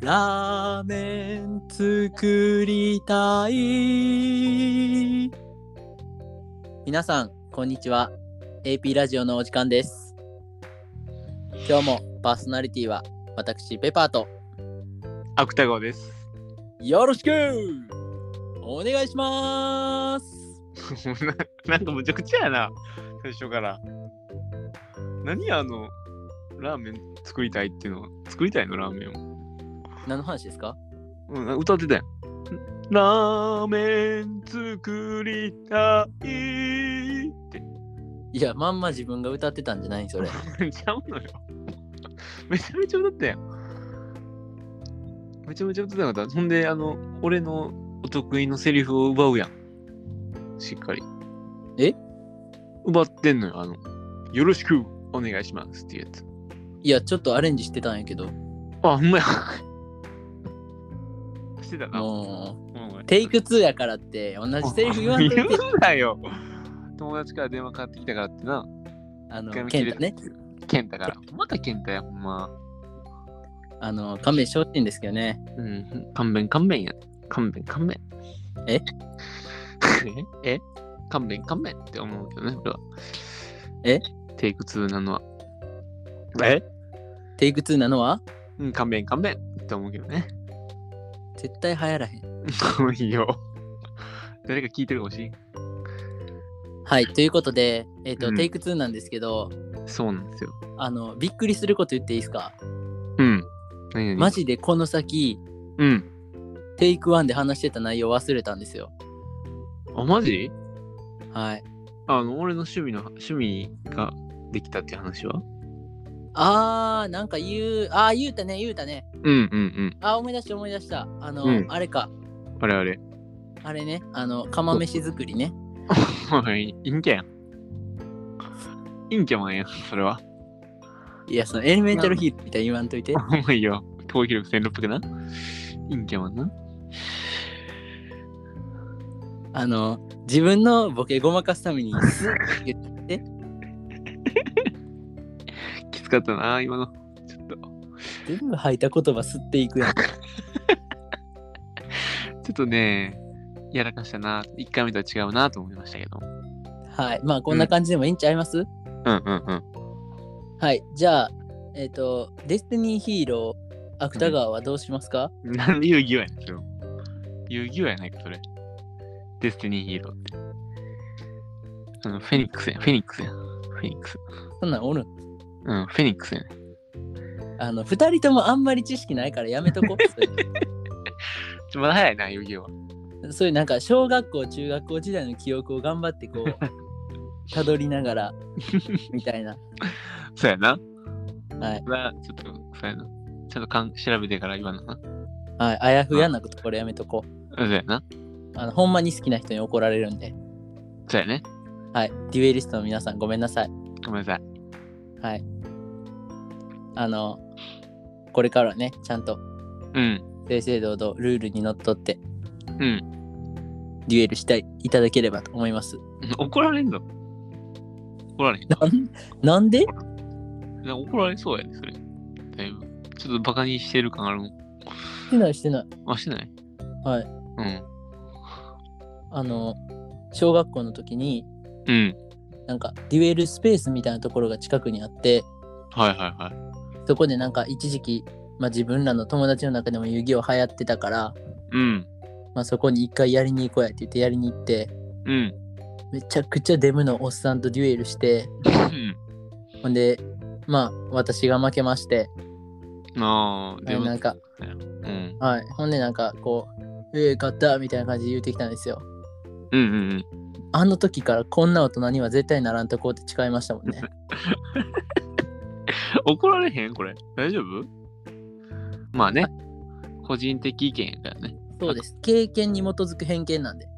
ラーメン作りたい。皆さんこんにちは。 AP ラジオのお時間です。今日もパーソナリティは私ペパーと芥川です。 よろしくお願いします。 なんかむちゃくちゃやな、最初から。何ラーメン作りたいっていうのは、作りたいのラーメンを。 何の話ですか？ 歌ってたよ。ラーメン作りたいって。 いや、まんま自分が歌ってたんじゃないそれ。 ちゃうのよ。めちゃめちゃ歌ったやん。めちゃめちゃ歌ってなかった。ほんで、俺のお得意のセリフを奪うやん。しっかり。奪ってんのよ。よろしくお願いしますっていうやつ。 いや、ちょっとアレンジしてたんやけど。 あ、ほんまや。してたな。 もうテイク2やからって同じセリフ言わんといて。 言うなよ。友達から電話かかってきたからってな。 ケンタね。 ケンタから。またケンタや、ほんま。 勘弁してほしいんですけどね。 うん、勘弁や。勘弁。 え勘弁って思うけどね、俺は。テイク2なのは。 テイク2なのは勘弁って思うけどね。 絶対流行らへん。 いいよ。誰か聞いてるかもしれん。 はい、ということで、テイク2なんですけど、 そうなんですよ。 びっくりすること言っていいですか？ 何マジでこの先、テイク1で話してた内容忘れたんですよ。 あ、マジ？ はい。 俺の趣味ができたっていう話は？ なんか言うたね。思い出した。あれか。 あれね、釜飯作りね。 陰キャマンやん、それは。 いや、そのエレメンタルヒーローみたいに言わんといて。 ほんまいいよ。攻撃力1600な。陰キャマンな。 自分のボケごまかすためにスッって言ってきつかったな、今の。ちょっと。 全部吐いた言葉吸っていくやん。 ちょっとね、やらかしたな。1回目とは違うなと思いましたけど。 はい。まあ、こんな感じでもいいんちゃいます？はい。じゃあ、デスティニーヒーロー、芥川はどうしますか？ なんで遊戯王やねん、それ。遊戯王やないか、それ。デスティニーヒーローって。フェニックスや。フェニックス。 そんなんおるん？ フェニックスやね。 2人ともあんまり知識ないからやめとこ。 まだ早いな、遊戯王は。 そういうなんか小学校中学校時代の記憶を頑張ってこうたどりながらみたいな。 そうやな。 はい。 ちょっとそうやな。ちゃんと調べてから言わなな。 はい。あやふやなことこれやめとこう。 そうやな。 ほんまに好きな人に怒られるんで。 そうやね。 はい。デュエリストの皆さんごめんなさい。 ごめんなさい。 はい。これからはね、ちゃんと正々堂々ルールにのっとってデュエルしていただければと思います。 怒られんの？怒られへん。 なんで？ 怒られそうやね、それ。だいぶ。ちょっとバカにしてる感あるもん。 してない。 あ、してない？ はい。小学校の時に、なんかデュエルスペースみたいなところが近くにあって、そこでなんか一時期、自分らの友達の中でも遊戯王流行ってたから、そこに一回やりに行こうやって言ってやりに行って、めちゃくちゃデブのおっさんとデュエルして、ほんで私が負けまして、なんか、はい、ほんでなんかこう勝ったみたいな感じで言ってきたんですよ。あの時からこんな大人には絶対ならんとこうって誓いましたもんね。 怒られへんこれ大丈夫？まあね、個人的意見やからね。 そうです。経験に基づく偏見なんで。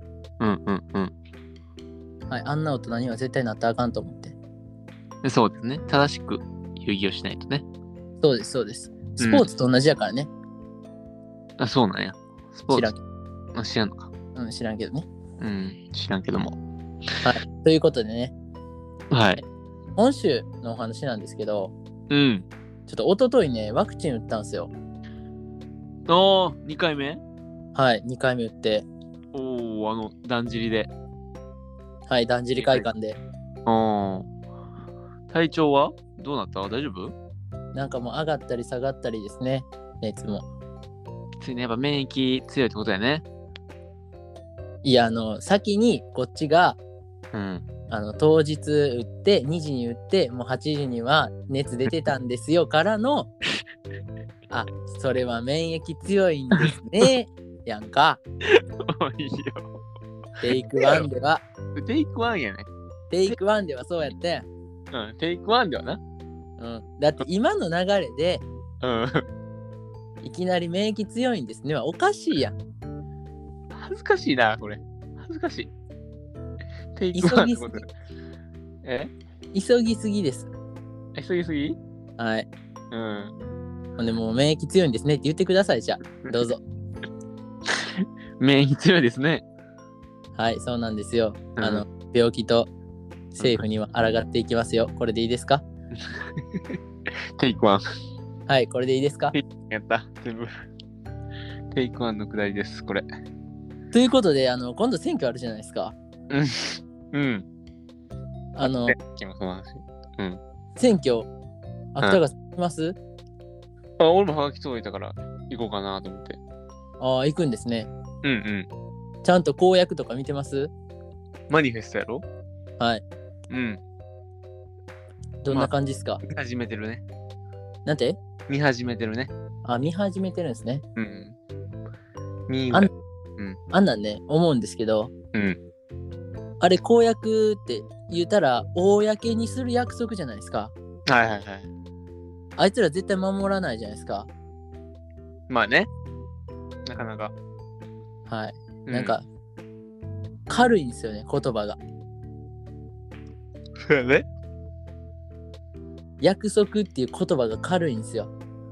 はい、あんな大人には絶対なったらあかんと思って。 そうですね。正しく遊戯をしないとね。 そうです。スポーツと同じやからね。 あ、そうなんや。スポーツ。知らんのか。 知らんけどね。 知らんけども。 はい。ということでね。 はい。 今週のお話なんですけど、ちょっと一昨日ね、ワクチン打ったんですよ。 おー、2回目？ はい、2回目打って。 おー、だんじりで。 はい、だんじり会館で。 体調はどうなった？大丈夫？ なんかもう上がったり下がったりですね、熱も。 ついね、やっぱ免疫強いってことやね。 いや、先にこっちが、当日打って、2時に打って、もう8時には熱出てたんですよからの、あ、それは免疫強いんですね、やんか。 いいよ。 テイク1では。 テイク1やね。 テイク1ではそうやって。 テイク1ではな。 だって今の流れで、いきなり免疫強いんですねはおかしいやん。 恥ずかしいな、これ。恥ずかしい。テイク1ってこと。 急ぎすぎです。 急ぎすぎ？ はい。ほんでもう免疫強いんですねって言ってください、じゃあ。どうぞ。 免疫強いですね。 はい、そうなんですよ。病気と政府には抗っていきますよ。これでいいですか？ テイク1。 はい、これでいいですか？ やった、全部。テイク1のくだりです、これ。 ということで、今度選挙あるじゃないですか。選挙、芥川さん行きます？ 俺もハガキ届いたから行こうかなと思って。 行くんですね。ちゃんと公約とか見てます？ マニフェストやろ？ はい。どんな感じですか？ 見始めてるね。 なんて？ 見始めてるね。 見始めてるんですね。あんなんね、思うんですけど、あれ公約って言ったら公にする約束じゃないですか。 はいはいはい。 あいつら絶対守らないじゃないですか。 まあね。なかなか。 はい。なんか、軽いんですよね、言葉が。 そうやね。 約束っていう言葉が軽いんですよ。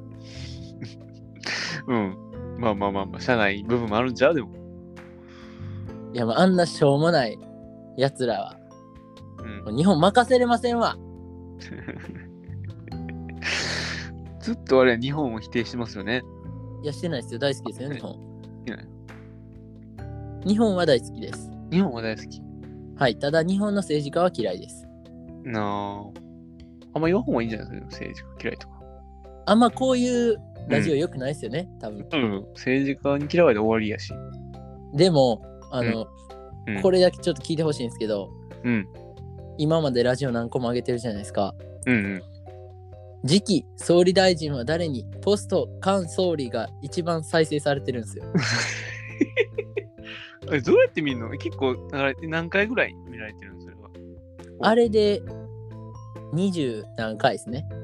まあ、社内部分もあるんちゃうでも。 いや、あんなしょうもないやつらは、日本任せれませんわ。 ずっとあれ日本を否定してますよね。 いや、してないですよ。大好きですよ、日本。日本は大好きです。 日本は大好き。 はい、ただ日本の政治家は嫌いです。 あんま言わん方がいいんじゃないですか、政治家嫌いとか。 あんまこういうラジオ良くないですよね、多分。 政治家に嫌われて終わりやし。 でも、これだけちょっと聞いてほしいんですけど、今までラジオ何個も上げてるじゃないですか。次期総理大臣は誰にポスト菅総理が一番再生されてるんですよ。 どうやって見るの？結構何回ぐらい見られてるの？それは。 あれで20何回ですね。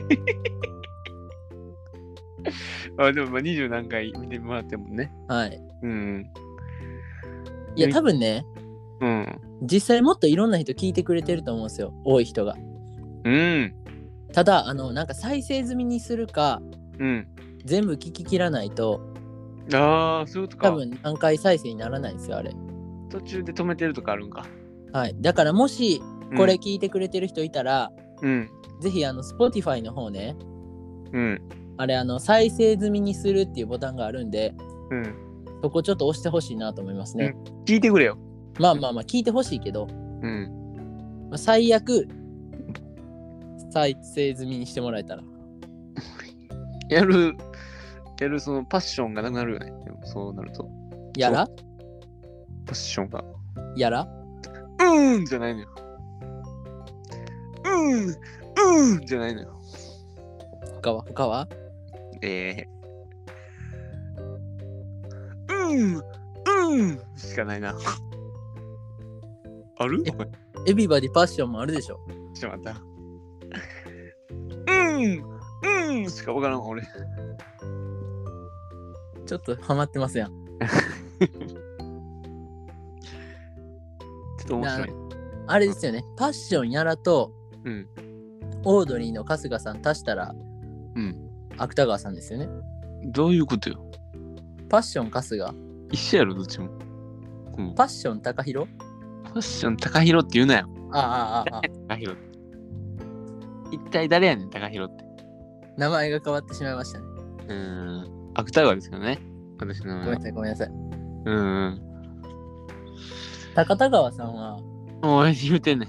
でも20何回見てもらってもね。 はい。いや多分ね、実際もっといろんな人聞いてくれてると思うんですよ、多い人が。ただなんか再生済みにするか、全部聞き切らないと、 そういうことか。 多分何回再生にならないんですよ、あれ。 途中で止めてるとかあるんか。 はい。だからもしこれ聞いてくれてる人いたら、ぜひSpotify の方ね、あれ再生済みにするっていうボタンがあるんで、そこちょっと押してほしいなと思いますね。 聞いてくれよ。 まあ聞いてほしいけど、最悪再生済みにしてもらえたら。 やるそのパッションがなくなるよね。でもそうなると。 やら？ パッションが。 やら？ じゃないのよ。じゃないのよ。 他はしかないな。ある？ エビバディパッションもあるでしょ。 ちょっと待った。しかわからん俺。 ちょっとハマってますやん。 ちょっと面白い。 あれですよね。パッションやらと、オードリーの春日さん足したら、芥川さんですよね。 どういうことよ。 パッション春日。 一緒やろどっちも。 パッション高弘？ パッション高弘って言うなよ。高弘。一体誰やねん高弘って。 名前が変わってしまいましたね。 芥川ですよね。私の。 ごめんなさい、ごめんなさい。 うん。 高田川さんは。 おい、言うてんねん。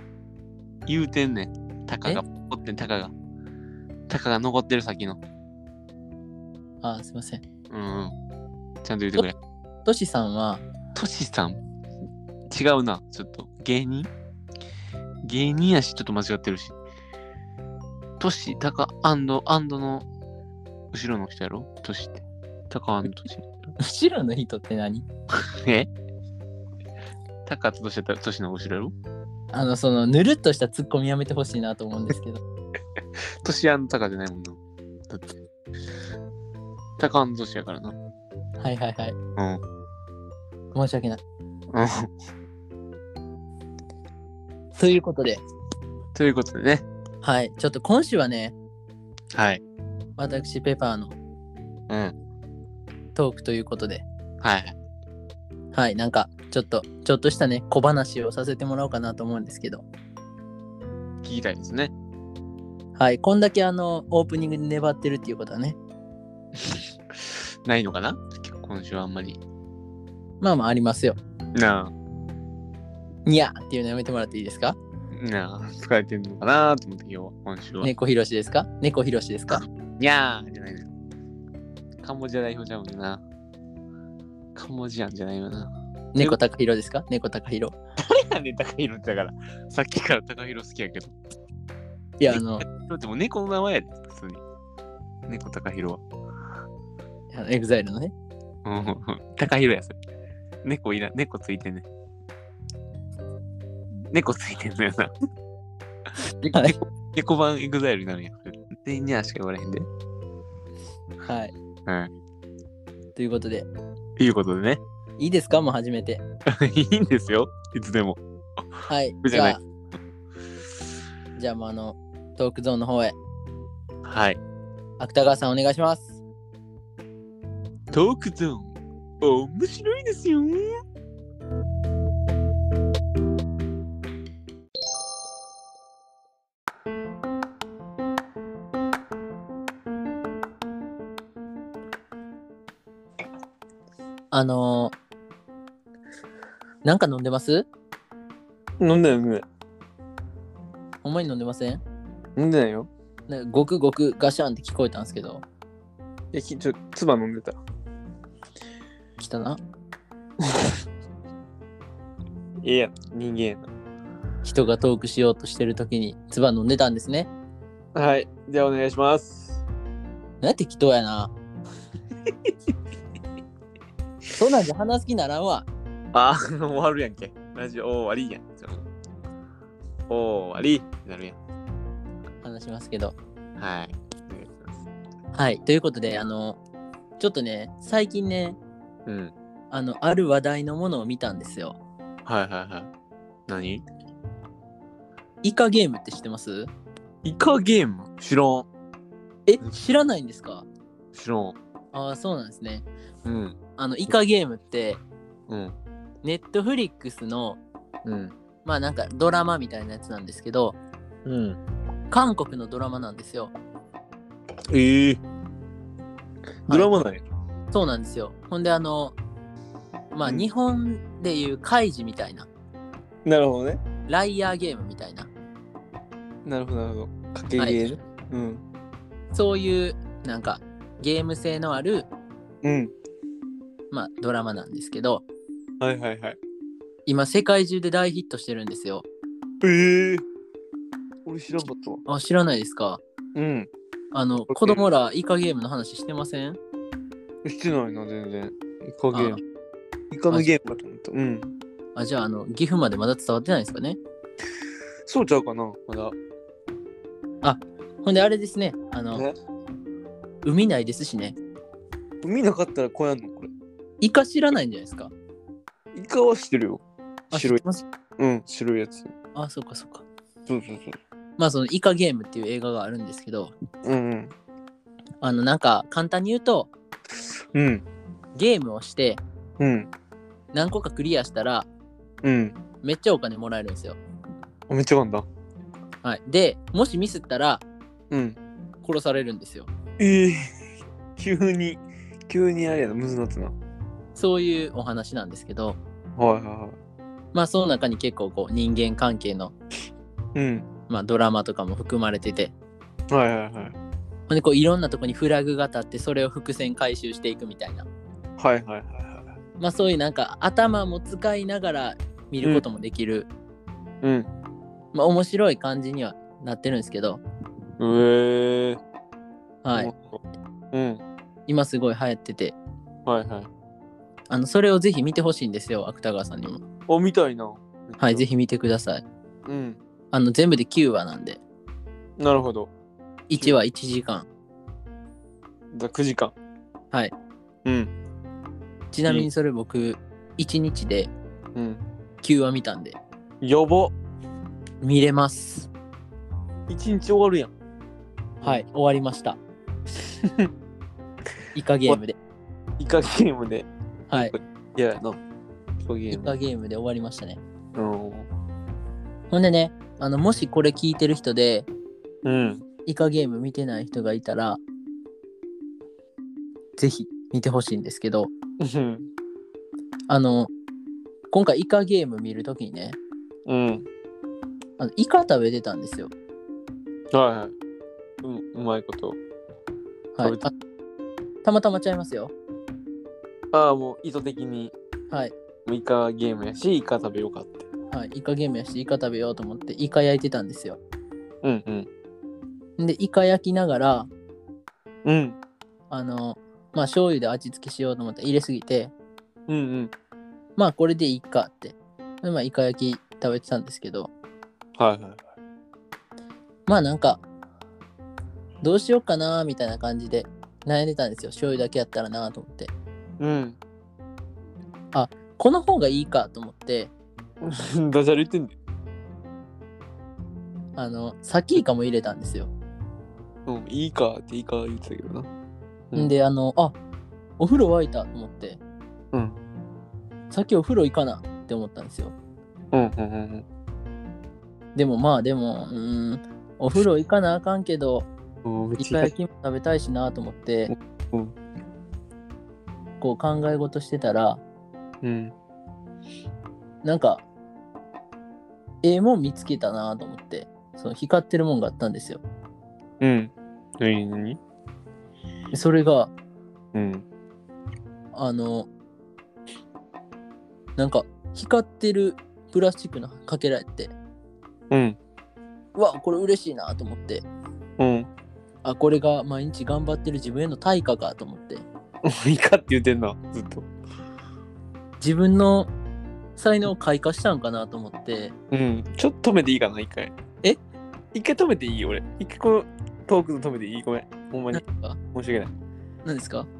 タカが残ってん、タカが残ってる先の。 あ、すいません。 うん。ちゃんと言ってくれ。 トシさんは。 トシさん違うな。ちょっと。芸人やし、ちょっと間違ってるし。トシ、タカ、アンドの後ろの人やろトシって。タカ、トシ。 後ろの人って何？ タカとトシやったらトシの後ろやろ？ そのぬるっとしたツッコミやめてほしいなと思うんですけど。 トシタカじゃないもんな。だって。タカトシやからな。 はいはいはい。 うん。 申し訳ない。 うん。 ということでね。 はい。ちょっと今週はね。 はい。 私、ペパーの。トークということで。 はい。 はい。なんか、ちょっとしたね、小話をさせてもらおうかなと思うんですけど。 聞きたいですね。 はい。こんだけオープニングで粘ってるっていうことはね。 ないのかな今週はあんまり。 まあまあありますよ。 なあ。 にゃーっていうのやめてもらっていいですか？ なあ、疲れてんのかなと思って今週は。 猫ひろしですか？にゃーじゃないのよ。カンボジア代表ちゃうんだな。カンボジアンじゃないよな。 猫高弘ですか？猫高弘。 誰やねん、高弘ってだから。さっきから高弘好きやけど。 いや、 でも猫の名前やで、普通に。猫高弘は。 エグザイルのね。 高弘やそれ。猫ついてんね。猫ついてんのよな。猫版エグザイルになるんや。で、にゃーしか言われへんで。 はい。ということで。 ね。 いいですか？もう始めて。 いいんですよ。いつでも。 はい。じゃあもうトークゾーンの方へ。 はい。 芥川さんお願いします。 トークゾーン、面白いですよ。 なんか飲んでます？ 飲んでない。 ほんまに飲んでません？ 飲んでないよ。 ごくごくガシャンって聞こえたんですけど。 つば飲んでた。 来たな。 や、人間やな。 人がトークしようとしてるときにつば飲んでたんですね。 はい。じゃあお願いします。 適当やな。そうなんじゃ話す気ならんわ。 終わるやんけ。ラジオ終わりやん。終わりになるやん。 話しますけど。 はい。 お願いします。はい。ということで、ちょっとね、最近ね、ある話題のものを見たんですよ。 はいはいはい。何？ イカゲームって知ってます？ イカゲーム？知らん。 知らないんですか？ 知らん。 ああ、そうなんですね。 うん。 イカゲームって、 ネットフリックスの、まあなんかドラマみたいなやつなんですけど、韓国のドラマなんですよ。 ドラマなんや。 そうなんですよ。ほんでまあ日本でいう怪事みたいな。 なるほどね。 ライアーゲームみたいな。 なるほど。賭けゲーね。 そういうなんかゲーム性のある、まあドラマなんですけど。 はい。 今世界中で大ヒットしてるんですよ。 俺知らんかったわ。 知らないですか？子供らイカゲームの話してません？ してないな、全然。イカゲーム。イカのゲームだと思った。 じゃあ岐阜までまだ伝わってないですかね？ そうちゃうかな、まだ。 ほんであれですね。海ないですしね。 海なかったらこうやんのこれ。 イカ知らないんじゃないですか？ イカは知ってるよ。白い。白いやつ。 そうか。そう。 まあそのイカゲームっていう映画があるんですけど、なんか簡単に言うと、ゲームをして、何個かクリアしたら、めっちゃお金もらえるんですよ。 めっちゃなんだ。 はい。で、もしミスったら、殺されるんですよ。 急に急にあれやな、むずなってな。 そういうお話なんですけど、 はいはいはい。 まあその中に結構こう人間関係の、 うん。 まあ、ドラマとかも含まれてて、 はいはいはい。 ほんでこういろんなとこにフラグが立ってそれを伏線回収していくみたいな、 はいはいはいはい。 まあそういうなんか頭も使いながら見ることもできる、 うん。 まあ面白い感じにはなってるんですけど、はい、 うん。 今すごい流行ってて、 はいはい。 それをぜひ見てほしいんですよ、芥川さんにも。 あ、見たいな。 はい、ぜひ見てください。 うん。 全部で9話なんで、 なるほど。 1話1時間。 じゃあ9時間。 はい。 うん。 ちなみにそれ僕、1日でうん。 9話見たんで、 やば。 見れます。 1日終わるやん。 はい、終わりました。イカゲームで。 イカゲームで。 はい。 いやな。 イカゲームで終わりましたね。 うん。 ほんでね、もしこれ聞いてる人で、 うん。 イカゲーム見てない人がいたら、ぜひ見てほしいんですけど、今回イカゲーム見るときにね、 うん。 イカ食べてたんですよ。 はいはい。うまいこと。 はい。たまたまちゃいますよ。 ああ、もう意図的に。 はい。 イカゲームやし、イカ食べようかって。 はい。イカゲームやし、イカ食べようと思って、イカ焼いてたんですよ。 うんうん。 で、イカ焼きながら、 うん。 まあ、醤油で味付けしようと思って入れすぎて、 うんうん。 まあ、これでいいかって。でまあ、イカ焼き食べてたんですけど、 はいはい。 まあ、なんか、どうしようかなみたいな感じで悩んでたんですよ。醤油だけやったらなと思って。 うん。 この方がいいかと思って、 ダジャレ言ってんサキイカも入れたんですよ。 うん、いいかっていいか言ってたけどな。 んで、お風呂沸いたと思って、 うん。 さっきお風呂行かなって思ったんですよ。 うんうんうんでも、お風呂行かなあかんけど、 うん。 イカ焼きも食べたいしなと思って、こう考え事してたら、なんか、もん見つけたなと思って、その光ってるもんがあったんですよ。 うん。何それが、 うん。 なんか、光ってるプラスチックのかけられて、 うん。 うわ、これ嬉しいなと思って、 うん。 これが毎日頑張ってる自分への対価かと思って、 イカって言ってんな、ずっと。 自分の才能を開花したんかなと思って、 うん。ちょっと止めていいかな、一回。一回止めていい俺。一回このトークの止めていいごめん。ほんまに。申し訳ない。 何ですか？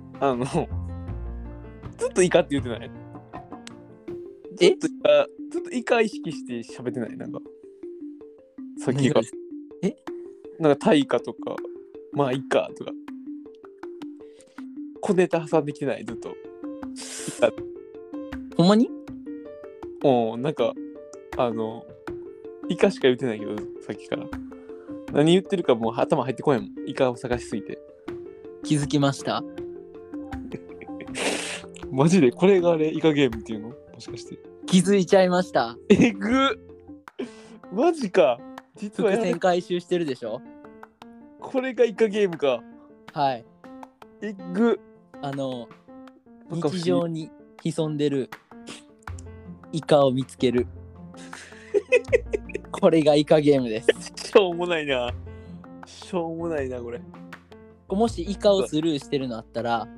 ずっとイカって言ってないずっとイカ意識して喋ってないなんか。さっきが。なんかタイカとか、まあイカとか。小ネタ挟んできてないずっと。 ほんまに？ なんか、イカしか言ってないけど、さっきから。何言ってるかもう頭入ってこないもん。イカを探しすぎて。 気づきました。 マジでこれがあれイカゲームっていうのもしかして。 気づいちゃいました。 えぐマジか。実は伏線回収してるでしょ。 これがイカゲームか。 はい。 えぐ日常に潜んでるイカを見つける。これがイカゲームです。 しょうもないな。しょうもないなこれ。 もしイカをスルーしてるのあったら、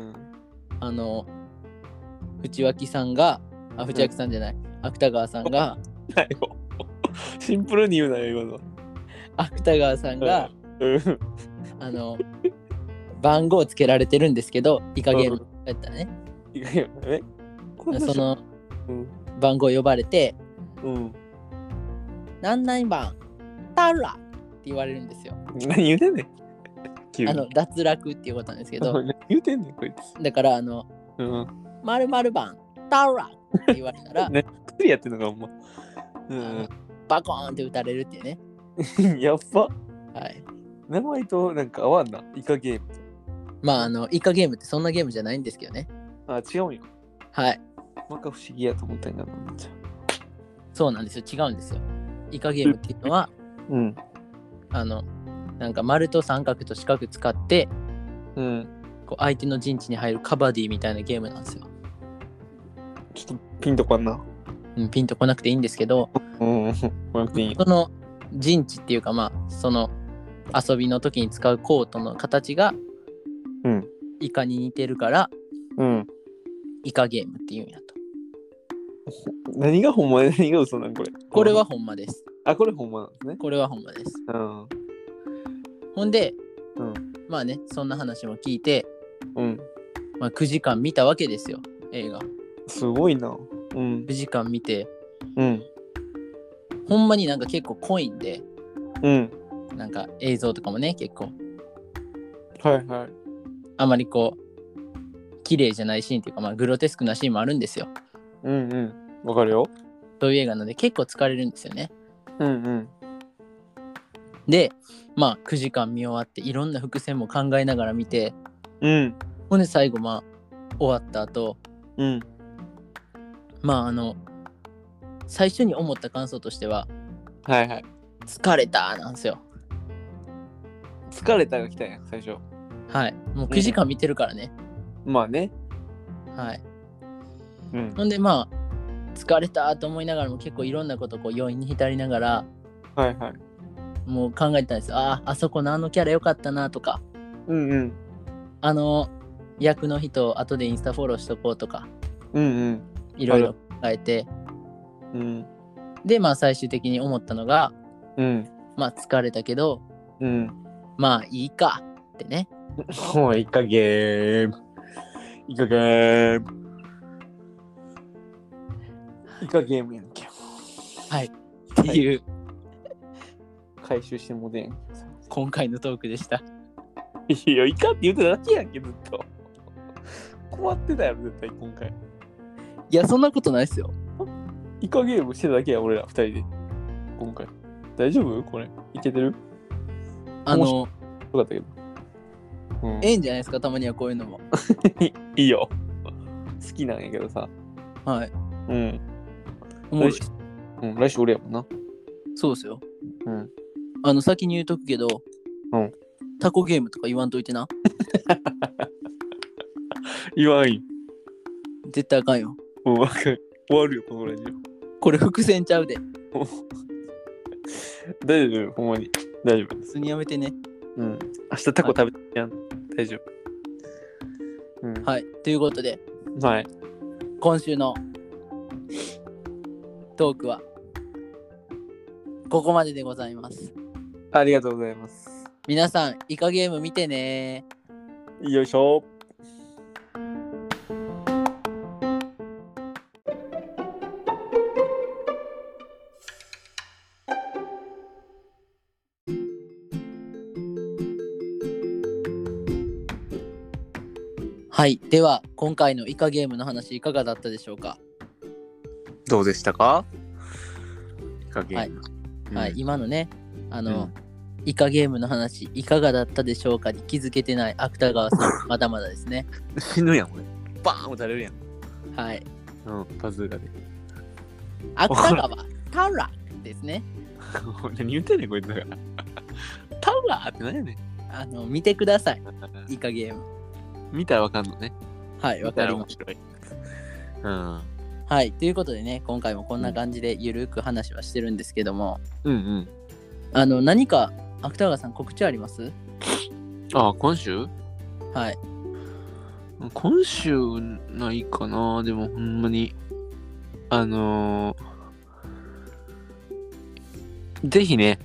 藤脇さんが、藤脇さんじゃない、芥川さんが、 シンプルに言うなよ今の。 芥川さんが、番号つけられてるんですけど、イカゲームやったらね。 イカゲームね。 その番号呼ばれて、何々番タラって言われるんですよ。 何言うてんねん。 脱落っていうことなんですけど。 何言うてんねんこいつ。 だから〇〇番タラって言われたら、 薬やってんのかほんま。 バコーンって打たれるっていうね。 やっば。 はい。 名前となんか合わんな、イカゲームと。 まあイカゲームってそんなゲームじゃないんですけどね。 あ、違うんよ。 はい。 まか不思議やと思ったんやな。 そうなんですよ。違うんですよ。イカゲームっていうのは、 うん。 なんか丸と三角と四角使って、 うん。 こう相手の陣地に入るカバディみたいなゲームなんですよ。 ちょっとピンとこんな。 うん、ピンとこなくていいんですけど、 うん。こなくていいよ。 その陣地っていうか、まあ、その遊びの時に使うコートの形が、 うん。 イカに似てるから、 うん。 イカゲームっていうんやと。 何がほんまで何が嘘なんこれ。 これはほんまです。 あ、これほんまなんですね。 これはほんまです。 うん。 ほんで、 うん。 まあね、そんな話も聞いて、 うん。 まあ、9時間見たわけですよ、映画。 すごいな。うん。 9時間見て、 うん。 ほんまになんか結構濃いんで、 うん。 なんか映像とかもね、結構、 はいはい。 あまりこう、綺麗じゃないシーンっていうか、まあ、グロテスクなシーンもあるんですよ。 うんうん。わかるよ。 そういう映画なので結構疲れるんですよね。 うんうん。 で、まあ、9時間見終わって、いろんな伏線も考えながら見て、 うん。 ほんで最後、まあ、終わった後、 うん。 まあ、最初に思った感想としては、 はいはい。 疲れたなんですよ。 疲れたが来たんや、最初。 はい。もう9時間見てるからね。 まあね。 はい。 うん。 ほんで、まあ、疲れたと思いながらも結構いろんなことこう余韻に浸りながら、 はいはい。 もう考えてたんですよ。あそこのあのキャラ良かったなとか、 うんうん。 あの役の人後でインスタフォローしとこうとか、 うんうん。 いろいろ考えて、 うん。 で、まあ最終的に思ったのが、 うん。 まあ疲れたけど、 うん。 まあいいかってね。 もうイカゲーム。イカゲーム。イカゲームやんけ。 はい。っていう、 回収してもでん。 今回のトークでした。 いや、イカって言ってただけやんけ、ずっと。困ってたやろ、絶対今回。 いや、そんなことないですよ。 イカゲームしてただけや、俺ら二人で。今回。大丈夫これ。いけてるよかったけど。うん、 ええんじゃないですか、たまにはこういうのも。 いいよ。好きなんやけどさ。 はい。 うん。 来週、 来週俺やもんな。 そうですよ。 うん。 先に言うとくけど、 うん。 タコゲームとか言わんといてな。 言わんよ。 絶対あかんよ。 うん、わかる。終わるよ、このラジオ。 これ伏線ちゃうで。 大丈夫、ほんまに。大丈夫です。 普通にやめてね。 うん。明日タコ食べてやん。大丈夫。うん。 はい。ということで、 はい。 今週のトークはここまででございます。 ありがとうございます。 皆さん、イカゲーム見てね。 よいしょ。 はい。では、今回のイカゲームの話いかがだったでしょうか？ どうでしたか？イカゲーム。 はい。今のね、イカゲームの話いかがだったでしょうかに気づけてない芥川さん、まだまだですね。 死ぬやん、俺。バーン撃たれるやん。 はい。 うん、パズーガで。 芥川タラですね。 何言ってんねん、こいつだから。タラーって何やねん。 見てください。イカゲーム。 見たらわかんのね。 はい、わかりました。 うん。 はい、ということでね、今回もこんな感じでゆるく話はしてるんですけども、 うんうん。 何か芥川さん告知あります？ あ、今週？ はい。 今週ないかな。でもほんまにぜひね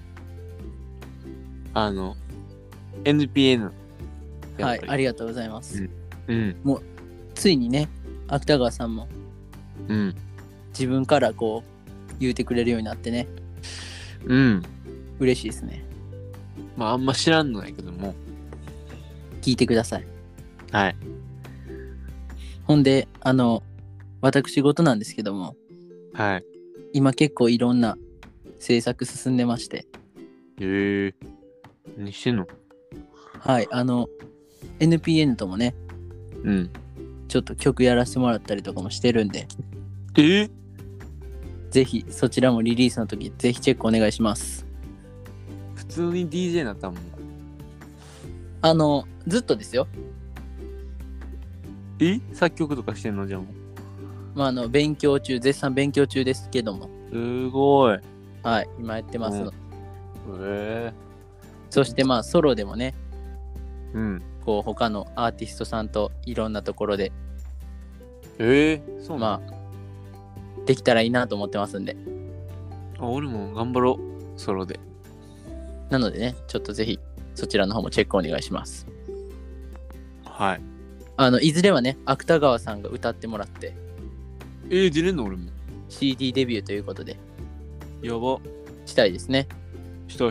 NPN はい、ありがとうございます。 うん。 もうついにね、芥川さんも自分からこう言うてくれるようになってね。 うん。 嬉しいですね。 まああんま知らんのやけども。 聞いてください。 はい。 ほんで、私事なんですけども、 はい。 今結構いろんな制作進んでまして。 へえ。何してんの？ はい、 NPN ともね、 うん。 ちょっと曲やらせてもらったりとかもしてるんで、ぜひそちらもリリースの時ぜひチェックお願いします。 普通に DJ になったもん。 ずっとですよ。 作曲とかしてんのじゃん。 まあ絶賛勉強中ですけども。 すごい。 はい、今やってますの。 へえ。 そしてまあソロでもね、 うん。 こう他のアーティストさんといろんなところで、 そうまあできたらいいなと思ってますんで。 俺も頑張ろう、ソロで。 なのでね、ちょっとぜひそちらの方もチェックお願いします。 はい。 いずれはね、芥川さんが歌ってもらって。 出れんの俺も。 CD デビューということで。 やば。 したいですね。 したい。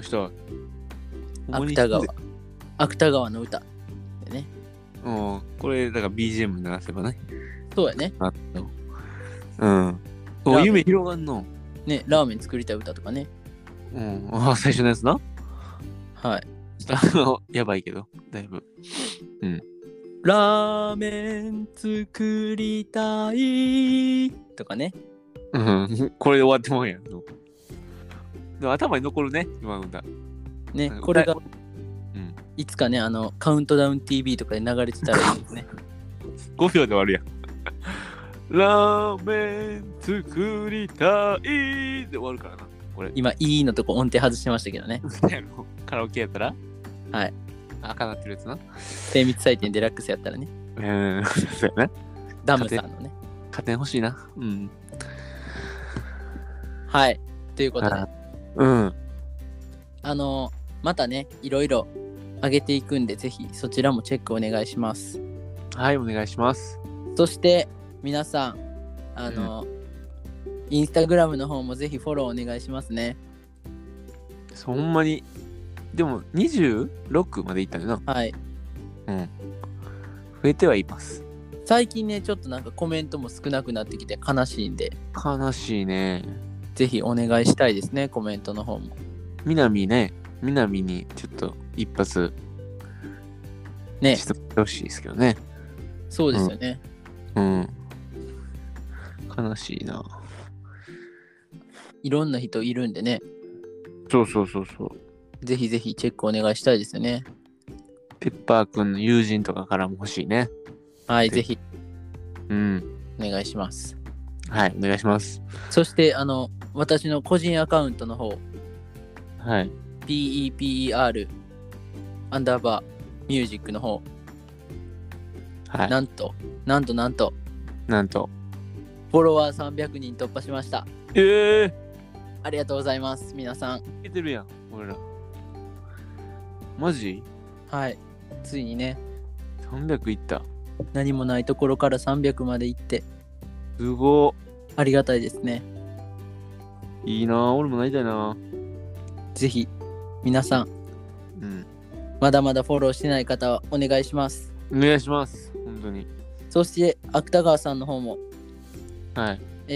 芥川の歌でね。 これだから BGM に流せばね。 そうやね。 夢広がんの。 ね、ラーメン作りたい歌とかね。 最初のやつな。 はい。 やばいけど、だいぶ。 ラーメン作りたいとかね。 これで終わってもんやん。でも頭に残るね、今の歌。 ね、これが、いつかね、カウントダウン TV とかで流れてたらいいですね。 5秒で終わるやん。ラーメン作りたいで終わるからな。これ今、いいのとこ音程外してましたけどね。 カラオケやったらはい。 赤なってるやつな。 精密採点デラックスやったらね。 そうやな。 ダムさんのね。 加点欲しいな。 はい。ということで。またね、いろいろ上げていくんで、ぜひそちらもチェックお願いします。 はい、お願いします。 そして、皆さん、インスタグラムの方もぜひフォローお願いしますね。 ほんまに。でも、26までいったよな。 はい。 増えてはいます。 最近ね、ちょっとなんかコメントも少なくなってきて悲しいんで。 悲しいね。 ぜひお願いしたいですね、コメントの方も。 みなみにちょっと一発ねしてほしいですけどね。 そうですよね。 悲しいな。 いろんな人いるんでね。 そう。 ぜひぜひチェックお願いしたいですよね。 ペッパーくんの友人とかからも欲しいね。 はい、ぜひ。 お願いします。 はい、お願いします。 そして私の個人アカウントの方、 はい、 PEPER _ ミュージックの方、 はい、 なんとフォロワー300人突破しました。ありがとうございます、皆さん。 いけてるやん、俺ら。マジ？ はい、ついにね。 300いった。 何もないところから300まで行って。 すごっ。 ありがたいですね。 いいな、俺もなりたいな。 ぜひ皆さん、まだまだフォローしてない方はお願いします。 お願いします、本当に。 そして芥川さんの方も、 はい。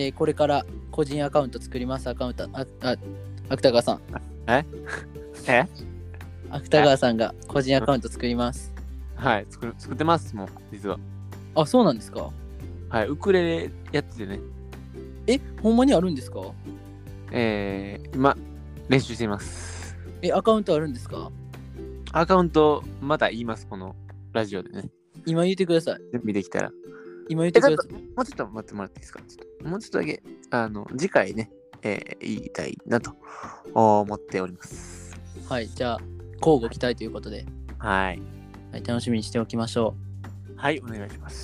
これから個人アカウント作ります。芥川さん。芥川さんが個人アカウント作ります。 はい、作ってます、もう、実は。 あ、そうなんですか？ はい、ウクレレやっててね。 ほんまにあるんですか？ 今、練習しています。 アカウントあるんですか？ アカウント、また言います、このラジオでね。 今言ってください。 準備できたら。 今言ってください。 もうちょっと待ってもらっていいですか？もうちょっとだけ、次回ね、言いたいなと思っております。 はい、じゃあ、交互期待ということで。 はい。 はい、楽しみにしておきましょう。はい、お願いします。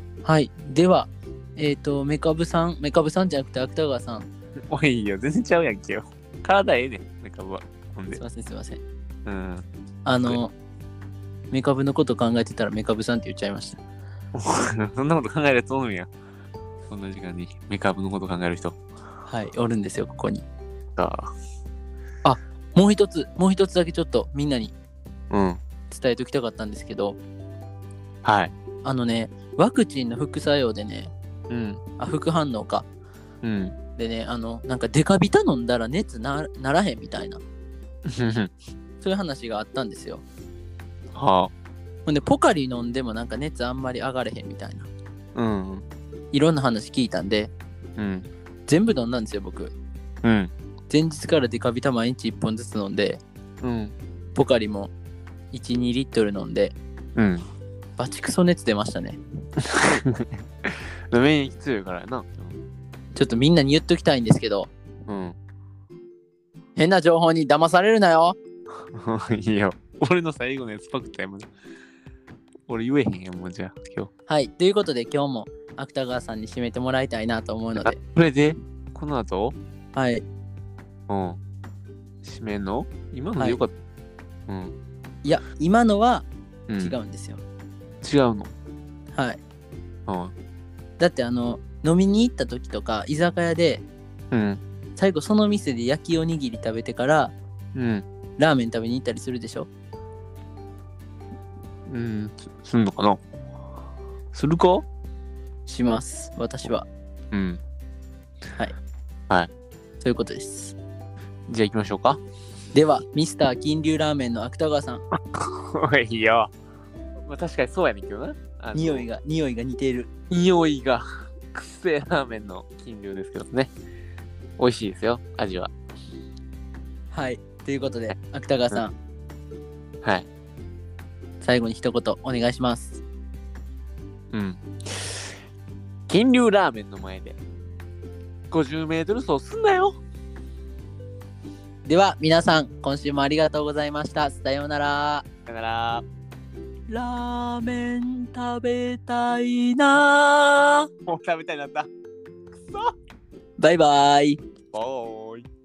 はい、では、メカブさんじゃなくて芥川さん。 おいよ、全然ちゃうやんけよ。体ええねん、メカブは。 すいません。 うん。 メカブのこと考えてたらメカブさんって言っちゃいました。 そんなこと考えるやつおるんや。こんな時間にメカブのこと考える人。 はい、おるんですよ、ここに。 あ、 もう一つだけちょっとみんなに伝えておきたかったんですけど、 はい。 ワクチンの副作用でね、副反応か。でね、なんかデカビタ飲んだら熱ならへんみたいな。そういう話があったんですよ。 はほんでポカリ飲んでもなんか熱あんまり上がれへんみたいな。 うん。 いろんな話聞いたんで、 うん。 全部飲んだんですよ僕。 うん。 前日からデカビタ毎日1本ずつ飲んで、 うん。 ポカリも1、2リットル飲んで、 うん。 バチクソ熱出ましたね。 免疫強いからやな。 ちょっとみんなに言っときたいんですけど、 うん。 変な情報に騙されるなよ。 いや、俺の最後のやつパクったやもん。俺言えへんやもん、じゃあ、今日。 はい、ということで今日も芥川さんに締めてもらいたいなと思うので。 これでこの後はい。 うん。締めんの今のでよかった。うん。 いや、今のは違うんですよ。 違うの。 はい。 うん。 だって飲みに行った時とか居酒屋で、最後その店で焼きおにぎり食べてから、ラーメン食べに行ったりするでしょ。 すんのかな。するか。 します私は。はいはい、 そういうことです。 じゃあ行きましょうか。 ではミスター金龍ラーメンの芥川さん。 いいよ。まあ確かにそうやねんけどな。 匂いが似ている。 匂いがくせえラーメンの金龍ですけどね。美味しいですよ、味は。 はい、ということで芥川さん、 はい、 最後に一言お願いします。 金龍ラーメンの前で50メートル走すんなよ。 では皆さん今週もありがとうございました。さようなら。 さよなら。 ラーメン食べたいな。 もう食べたいなった。くそ。 バイバイ。 バイ。